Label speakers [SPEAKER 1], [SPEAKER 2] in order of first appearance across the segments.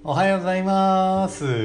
[SPEAKER 1] おはようございます。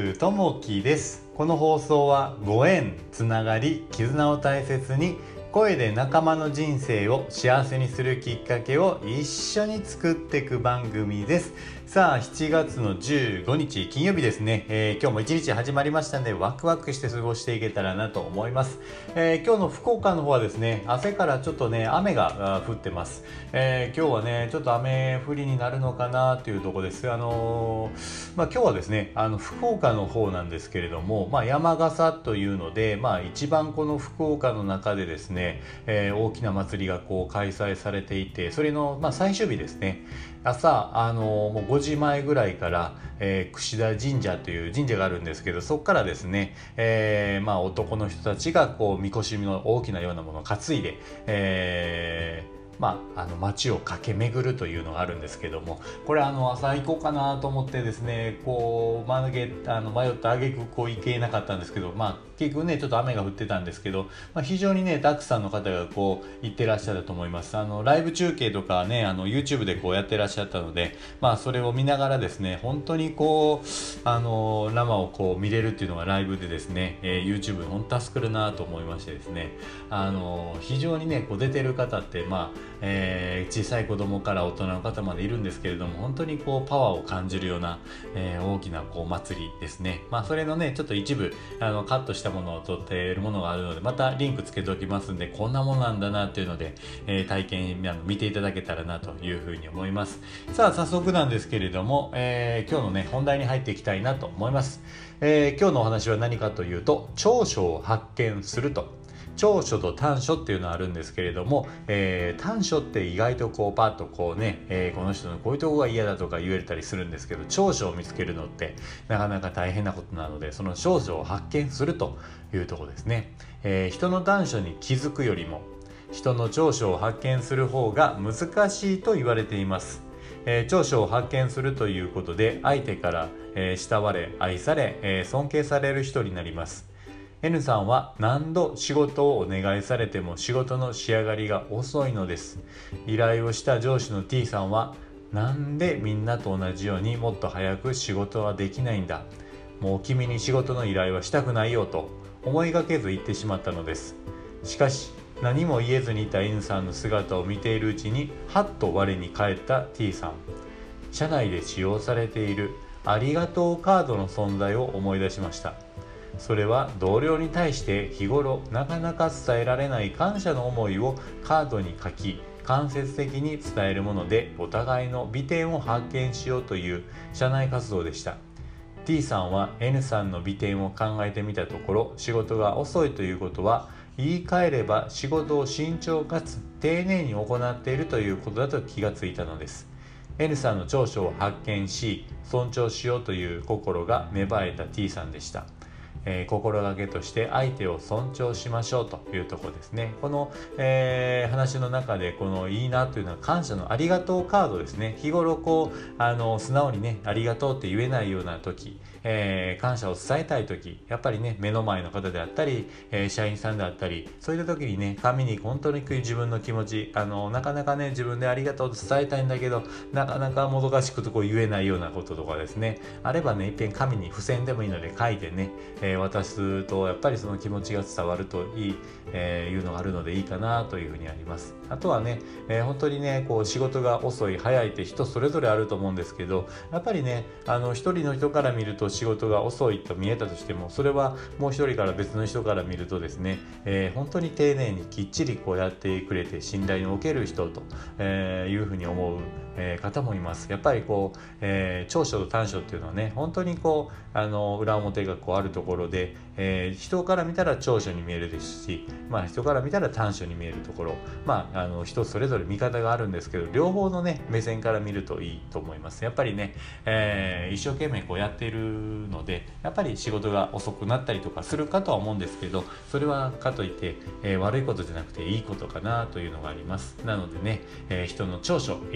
[SPEAKER 1] ともきです。この放送はご縁、つながり、絆を大切に声で仲間の人生を幸せにするきっかけを一緒に作っていく番組です。さあ7月の15日金曜日ですね、今日も一日始まりましたのでワクワクして過ごしていけたらなと思います。今日の福岡の方はですね、朝からちょっとね雨が降ってます。今日はねちょっと雨降りになるのかなというところです。今日はですね福岡の方なんですけれども、山笠というので、一番この福岡の中でですね、大きな祭りがこう開催されていて、それの、最終日ですね。朝もう5時前ぐらいから、櫛田神社という神社があるんですけど、そこからですね、男の人たちがこうみこしの大きなようなものを担いで、街を駆け巡るというのがあるんですけども、これ朝行こうかなと思ってですね、こう迷った挙句こう行けなかったんですけど、結局ねちょっと雨が降ってたんですけど、非常にねたくさんの方がこう行ってらっしゃると思います。ライブ中継とかねYouTube でこうやってらっしゃったので、それを見ながらですね、本当にこう生をこう見れるっていうのがライブでですね、YouTube 本当助かるなと思いましてですね、非常にねこう出てる方って小さい子供から大人の方までいるんですけれども、本当にこうパワーを感じるような、大きなこう祭りですね。それのねちょっと一部カットしたものを撮っているものがあるので、またリンクつけておきますんで、こんなものなんだなというので、体験見ていただけたらなというふうに思います。さあ早速なんですけれども、今日のね本題に入っていきたいなと思います。今日のお話は何かというと、長所を発見すると。長所と短所っていうのはあるんですけれども、短所って意外とこうパッとこうね、この人のこういうとこが嫌だとか言えたりするんですけど、長所を見つけるのってなかなか大変なことなので、その長所を発見するというところですね。人の短所に気づくよりも人の長所を発見する方が難しいと言われています。長所を発見するということで相手から、慕われ愛され、尊敬される人になります。N さんは何度仕事をお願いされても仕事の仕上がりが遅いのです。依頼をした上司の T さんは、なんでみんなと同じようにもっと早く仕事はできないんだ。もう君に仕事の依頼はしたくないよと思いがけず言ってしまったのです。しかし何も言えずにいた N さんの姿を見ているうちに、はっと我に返った T さん。社内で使用されているありがとうカードの存在を思い出しました。それは同僚に対して日頃なかなか伝えられない感謝の思いをカードに書き、間接的に伝えるもので、お互いの美点を発見しようという社内活動でした。 T さんは N さんの美点を考えてみたところ、仕事が遅いということは言い換えれば仕事を慎重かつ丁寧に行っているということだと気がついたのです。 N さんの長所を発見し尊重しようという心が芽生えた T さんでした。心がけとして相手を尊重しましょうというところですね。この、話の中でこのいいなというのは感謝のありがとうカードですね。日頃こう素直にねありがとうって言えないような時、感謝を伝えたい時、やっぱりね目の前の方であったり、社員さんであったり、そういった時にね紙に本当に自分の気持ちなかなかね自分でありがとうと伝えたいんだけど、なかなかもどかしくとこう言えないようなこととかですね、あればね一遍紙に付箋でもいいので書いてね、渡すとやっぱりその気持ちが伝わるといい、いうのがあるのでいいかなというふうにあります。あとはね、本当にねこう仕事が遅い早いって人それぞれあると思うんですけど、やっぱりね一人の人から見ると仕事が遅いと見えたとしても、それはもう一人から別の人から見るとですね、本当に丁寧にきっちりこうやってくれて信頼のおける人と、いうふうに思う方もいます。やっぱりこう、長所と短所っていうのはね本当にこう裏表がこうあるところで、人から見たら長所に見えるですし、人から見たら短所に見えるところ、人それぞれ見方があるんですけど、両方のね目線から見るといいと思います。やっぱりね、一生懸命こうやっているので、やっぱり仕事が遅くなったりとかするかとは思うんですけど、それはかといって、悪いことじゃなくていいことかなというのがあります。なのでね、人の長所いいところ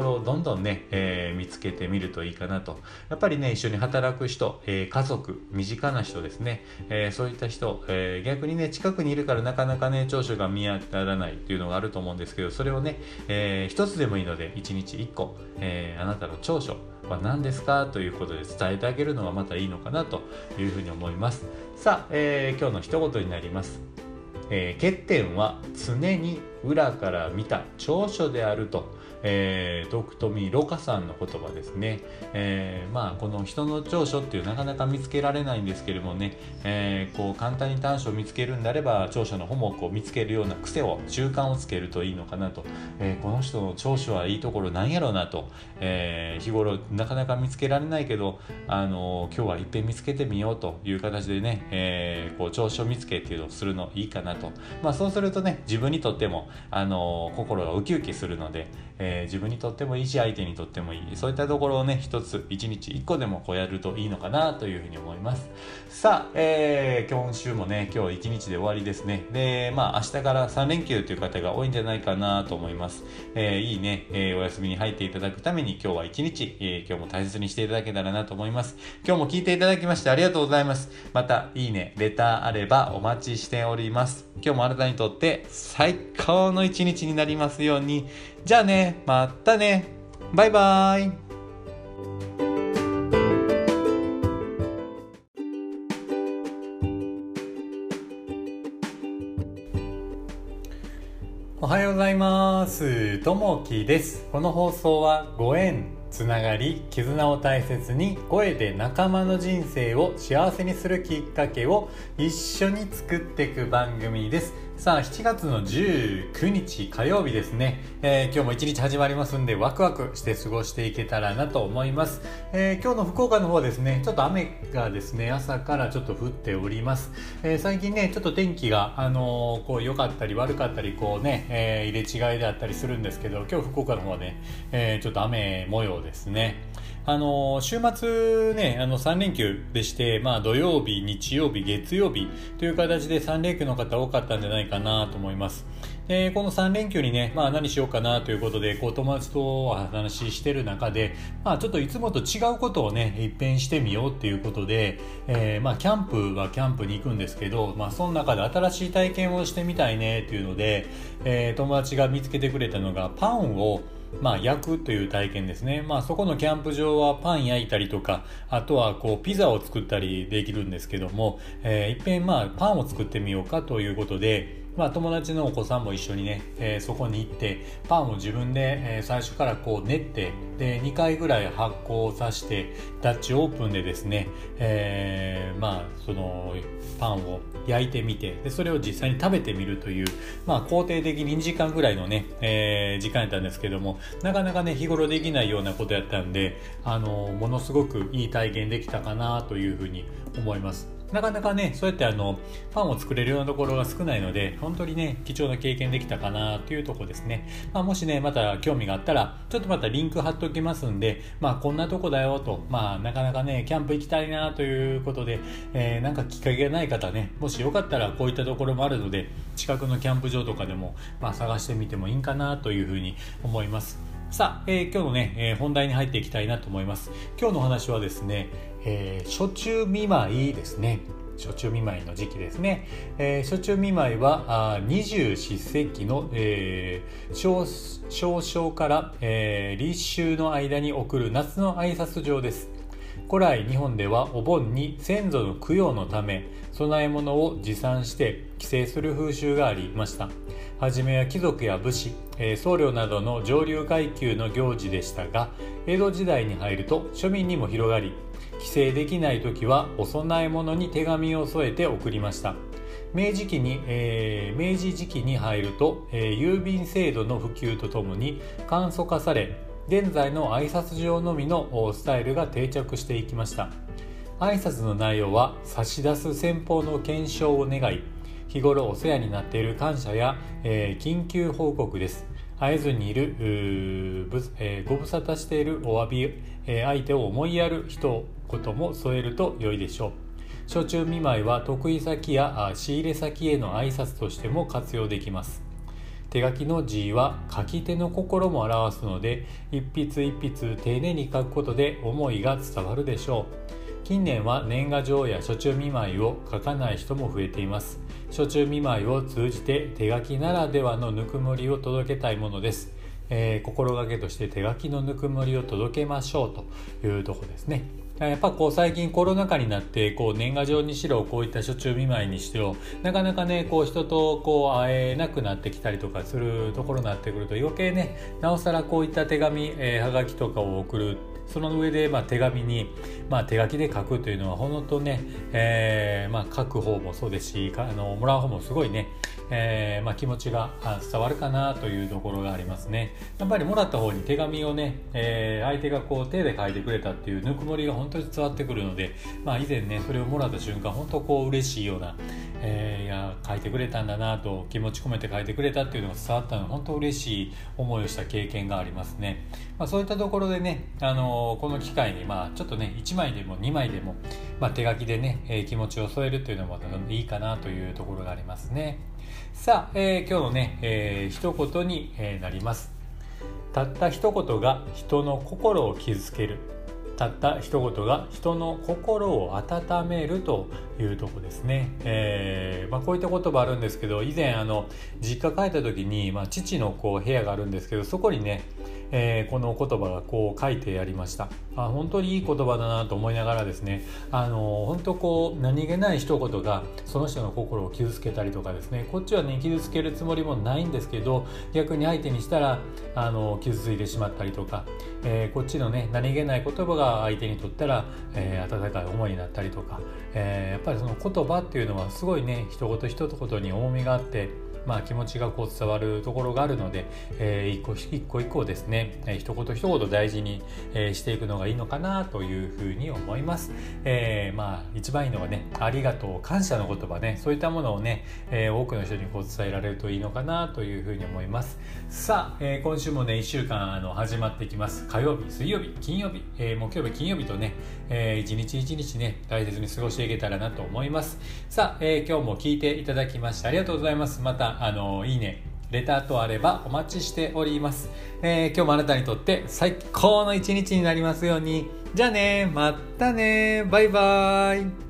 [SPEAKER 1] 所をどんどんね、見つけてみるといいかなと。やっぱりね、一緒に働く人、家族、身近な人ですね、そういった人、逆にね、近くにいるからなかなかね、長所が見当たらないっていうのがあると思うんですけど、それをね、一つでもいいので1日1個、あなたの長所は何ですかということで伝えてあげるのがまたいいのかなというふうに思います。さあ、今日の一言になります。欠点は常に裏から見た長所であると、徳富ろ過さんの言葉ですね。この人の長所っていうなかなか見つけられないんですけれどもね、こう簡単に短所を見つけるんであれば長所の方もこう見つけるような癖を習慣をつけるといいのかなと、この人の長所はいいところなんやろうなと、日頃なかなか見つけられないけど、今日はいっぺん見つけてみようという形でね、こう長所見つけっていうのをするのいいかなと。そうするとね、自分にとっても心がウキウキするので、自分にとってもいいし相手にとってもいい、そういったところをね一つ一日一個でもこうやるといいのかなというふうに思います。さあ、今週もね今日一日で終わりですね。で明日から3連休という方が多いんじゃないかなと思います。いいね、お休みに入っていただくために今日は一日、今日も大切にしていただけたらなと思います。今日も聞いていただきましてありがとうございます。またいいねレターあればお待ちしております。今日もあなたにとって最高の一日になりますように。じゃあね、またね、バイバイ。おはようございます。ともきです。この放送はご縁、つながり、絆を大切に声で仲間の人生を幸せにするきっかけを一緒に作っていく番組です。さあ7月の19日火曜日ですね、今日も一日始まりますんでワクワクして過ごしていけたらなと思います。今日の福岡の方ですね、ちょっと雨がですね朝からちょっと降っております。最近ねちょっと天気がこう良かったり悪かったりこうね、入れ違いであったりするんですけど、今日福岡の方はね、ちょっと雨模様ですね。週末ね3連休でして、土曜日日曜日月曜日という形で3連休の方多かったんじゃないかなと思います。でこの3連休にね、何しようかなということでこう友達とお話ししてる中で、ちょっといつもと違うことをね一変してみようっていうことで、キャンプはキャンプに行くんですけど、その中で新しい体験をしてみたいねっていうので、友達が見つけてくれたのがパンを焼くという体験ですね。そこのキャンプ場はパン焼いたりとか、あとはこうピザを作ったりできるんですけども、いっぺんパンを作ってみようかということで、友達のお子さんも一緒にね、そこに行ってパンを自分で、最初からこう練ってで2回ぐらい発酵させてダッチオープンでですね、そのパンを焼いてみて、でそれを実際に食べてみるという、肯定的に2時間ぐらいのね、時間やったんですけども、なかなかね日頃できないようなことやったんで、ものすごくいい体験できたかなというふうに思います。なかなかねそうやってパンを作れるようなところが少ないので、本当にね貴重な経験できたかなというところですね。もしねまた興味があったらちょっとまたリンク貼っておきますんで、こんなとこだよと、なかなかねキャンプ行きたいなということで、なんかきっかけがない方ね、もしよかったらこういったところもあるので近くのキャンプ場とかでも、探してみてもいいんかなというふうに思います。さあ、今日のね、本題に入っていきたいなと思います。今日のお話はですね、暑中見舞いですね。暑中見舞いの時期ですね。暑中見舞いは二十四節気の、小暑から、立秋の間に送る夏の挨拶状です。古来日本ではお盆に先祖の供養のため供え物を持参して帰省する風習がありました。はじめは貴族や武士、僧侶などの上流階級の行事でしたが、江戸時代に入ると庶民にも広がり、帰省できない時はお供え物に手紙を添えて送りました。明治時期に入ると、郵便制度の普及とともに簡素化され、現在の挨拶状のみのスタイルが定着していきました。挨拶の内容は差し出す先方の健勝を願い、日頃お世話になっている感謝や、緊急報告です。会えずにいるご無沙汰しているお詫び、相手を思いやる一言も添えると良いでしょう。暑中見舞いは得意先や仕入れ先への挨拶としても活用できます。 手書きの字は書き手の心も表すので、一筆一筆丁寧に書くことで思いが伝わるでしょう。近年は年賀状や暑中見舞いを書かない人も増えています。暑中見舞いを通じて手書きならではのぬくもりを届けたいものです。心がけとして手書きのぬくもりを届けましょうというところですね。やっぱ最近コロナ禍になって年賀状にしろこういった暑中見舞いにしろなかなかね人と会えなくなってきたりとかするところになってくると、余計ねなおさらこういった手紙、はがきとかを送る、その上で手紙に、手書きで書くというのは本当ね、書く方もそうですしもらう方もすごいね、気持ちが伝わるかなというところがありますね。やっぱりもらった方に手紙をね、相手が手で書いてくれたっていうぬくもりが本当に伝わってくるので、以前ねそれをもらった瞬間本当嬉しいような、いや書いてくれたんだなと、気持ち込めて書いてくれたっていうのが伝わったので本当嬉しい思いをした経験がありますね。そういったところでね、この機会にちょっとね1枚でも2枚でも、手書きでね、気持ちを添えるというのもいいかなというところがありますね。さあ、今日のね、一言になります。たった一言が人の心を傷つける。たった一言が人の心を温めるというところですね。こういった言葉あるんですけど、以前実家帰った時に、父の部屋があるんですけど、そこにねこの言葉が書いてありました。本当にいい言葉だなと思いながらですね、本当何気ない一言がその人の心を傷つけたりとかですね、こっちはね傷つけるつもりもないんですけど、逆に相手にしたら傷ついてしまったりとか、こっちのね何気ない言葉が相手にとったら、温かい思いになったりとか、やっぱりその言葉っていうのはすごいね一言一言に重みがあって、気持ちが伝わるところがあるので、一個一個ですね、一言一言大事に、していくのがいいのかなというふうに思います。一番いいのはね、ありがとう、感謝の言葉ね、そういったものをね、多くの人に伝えられるといいのかなというふうに思います。さあ、今週もね1週間始まってきます。火曜日、水曜日、金曜日、木曜日、金曜日とね、一日一日ね大切に過ごしていけたらなと思います。さあ、今日も聞いていただきましてありがとうございます。またいいねレター等あればお待ちしております。今日もあなたにとって最高の一日になりますように。じゃあね、またね、バイバイ。